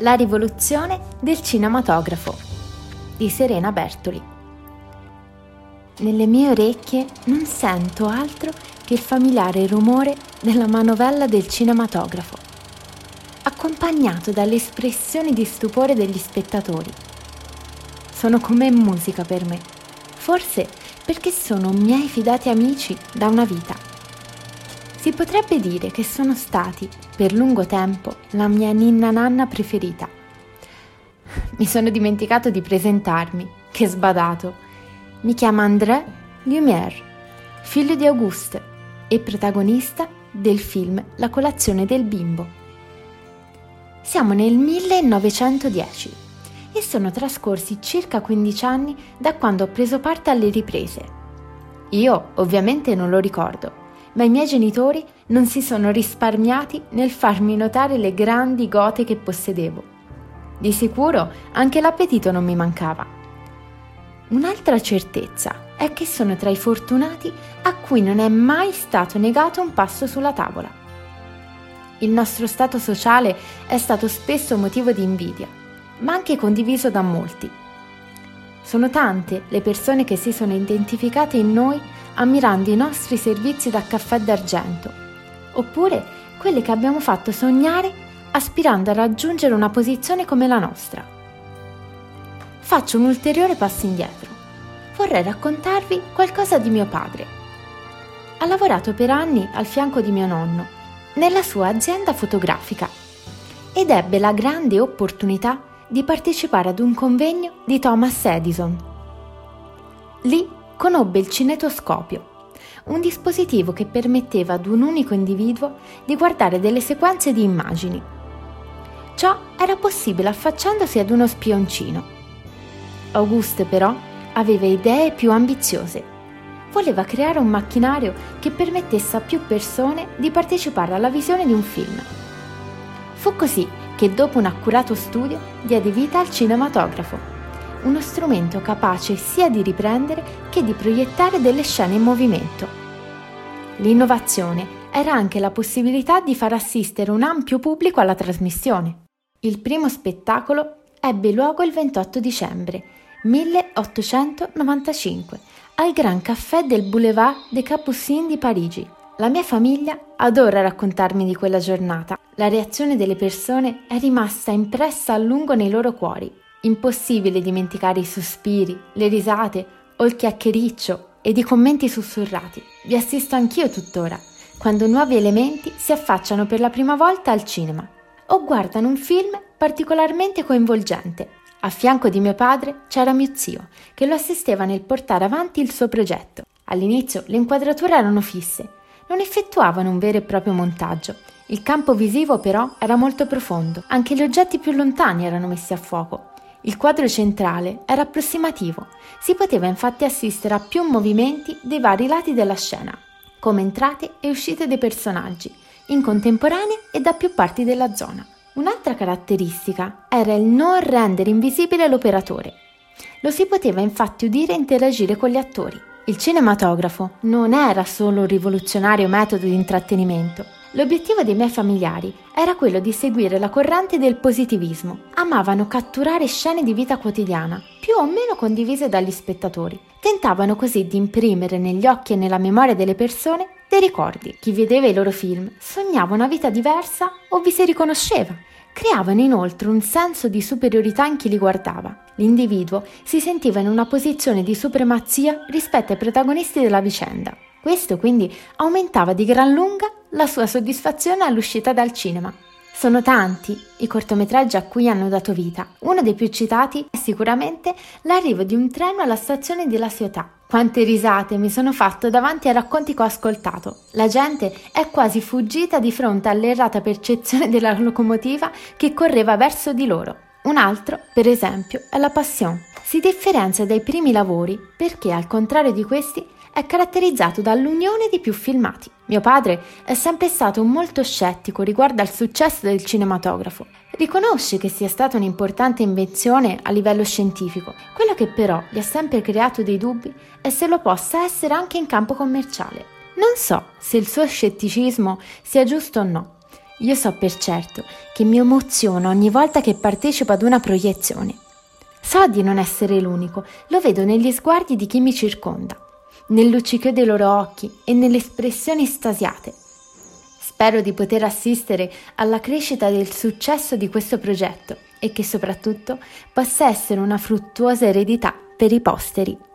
La rivoluzione del cinematografo di Serena Bertoli. Nelle mie orecchie non sento altro che il familiare rumore della manovella del cinematografo, accompagnato dalle espressioni di stupore degli spettatori. Sono come musica per me, forse perché sono miei fidati amici da una vita. Si potrebbe dire che sono stati, per lungo tempo, la mia ninna nanna preferita. Mi sono dimenticato di presentarmi, che sbadato. Mi chiama André Lumière, figlio di Auguste e protagonista del film La colazione del bimbo. Siamo nel 1910 e sono trascorsi circa 15 anni da quando ho preso parte alle riprese. Io ovviamente non lo ricordo, ma i miei genitori non si sono risparmiati nel farmi notare le grandi gote che possedevo. Di sicuro anche l'appetito non mi mancava. Un'altra certezza è che sono tra i fortunati a cui non è mai stato negato un pasto sulla tavola. Il nostro stato sociale è stato spesso motivo di invidia, ma anche condiviso da molti. Sono tante le persone che si sono identificate in noi ammirando i nostri servizi da caffè d'argento, oppure quelle che abbiamo fatto sognare aspirando a raggiungere una posizione come la nostra. Faccio un ulteriore passo indietro. Vorrei raccontarvi qualcosa di mio padre. Ha lavorato per anni al fianco di mio nonno, nella sua azienda fotografica, ed ebbe la grande opportunità di partecipare ad un convegno di Thomas Edison. Lì conobbe il cinetoscopio, un dispositivo che permetteva ad un unico individuo di guardare delle sequenze di immagini. Ciò era possibile affacciandosi ad uno spioncino. Auguste però aveva idee più ambiziose. Voleva creare un macchinario che permettesse a più persone di partecipare alla visione di un film. Fu così che dopo un accurato studio diede vita al cinematografo, uno strumento capace sia di riprendere che di proiettare delle scene in movimento. L'innovazione era anche la possibilità di far assistere un ampio pubblico alla trasmissione. Il primo spettacolo ebbe luogo il 28 dicembre 1895 al Grand Café del Boulevard des Capucines di Parigi. La mia famiglia adora raccontarmi di quella giornata. La reazione delle persone è rimasta impressa a lungo nei loro cuori. Impossibile dimenticare i sospiri, le risate o il chiacchiericcio ed i commenti sussurrati. Vi assisto anch'io tuttora, quando nuovi elementi si affacciano per la prima volta al cinema o guardano un film particolarmente coinvolgente. A fianco di mio padre c'era mio zio, che lo assisteva nel portare avanti il suo progetto. All'inizio le inquadrature erano fisse, non effettuavano un vero e proprio montaggio. Il campo visivo però era molto profondo, anche gli oggetti più lontani erano messi a fuoco. Il quadro centrale era approssimativo, si poteva infatti assistere a più movimenti dei vari lati della scena, come entrate e uscite dei personaggi, in contemporanea e da più parti della zona. Un'altra caratteristica era il non rendere invisibile l'operatore. Lo si poteva infatti udire e interagire con gli attori. Il cinematografo non era solo un rivoluzionario metodo di intrattenimento. L'obiettivo dei miei familiari era quello di seguire la corrente del positivismo. Amavano catturare scene di vita quotidiana, più o meno condivise dagli spettatori. Tentavano così di imprimere negli occhi e nella memoria delle persone dei ricordi. Chi vedeva i loro film sognava una vita diversa o vi si riconosceva. Creavano inoltre un senso di superiorità in chi li guardava. L'individuo si sentiva in una posizione di supremazia rispetto ai protagonisti della vicenda. Questo quindi aumentava di gran lunga la sua soddisfazione all'uscita dal cinema. Sono tanti i cortometraggi a cui hanno dato vita. Uno dei più citati è sicuramente l'arrivo di un treno alla stazione di La Ciotat. Quante risate mi sono fatto davanti ai racconti che ho ascoltato. La gente è quasi fuggita di fronte all'errata percezione della locomotiva che correva verso di loro. Un altro, per esempio, è La Passion. Si differenzia dai primi lavori perché, al contrario di questi, è caratterizzato dall'unione di più filmati. Mio padre è sempre stato molto scettico riguardo al successo del cinematografo. Riconosce che sia stata un'importante invenzione a livello scientifico. Quello che però gli ha sempre creato dei dubbi è se lo possa essere anche in campo commerciale. Non so se il suo scetticismo sia giusto o no. Io so per certo che mi emoziono ogni volta che partecipo ad una proiezione. So di non essere l'unico, lo vedo negli sguardi di chi mi circonda, nel luccichio dei loro occhi e nelle espressioni estasiate. Spero di poter assistere alla crescita del successo di questo progetto e che soprattutto possa essere una fruttuosa eredità per i posteri.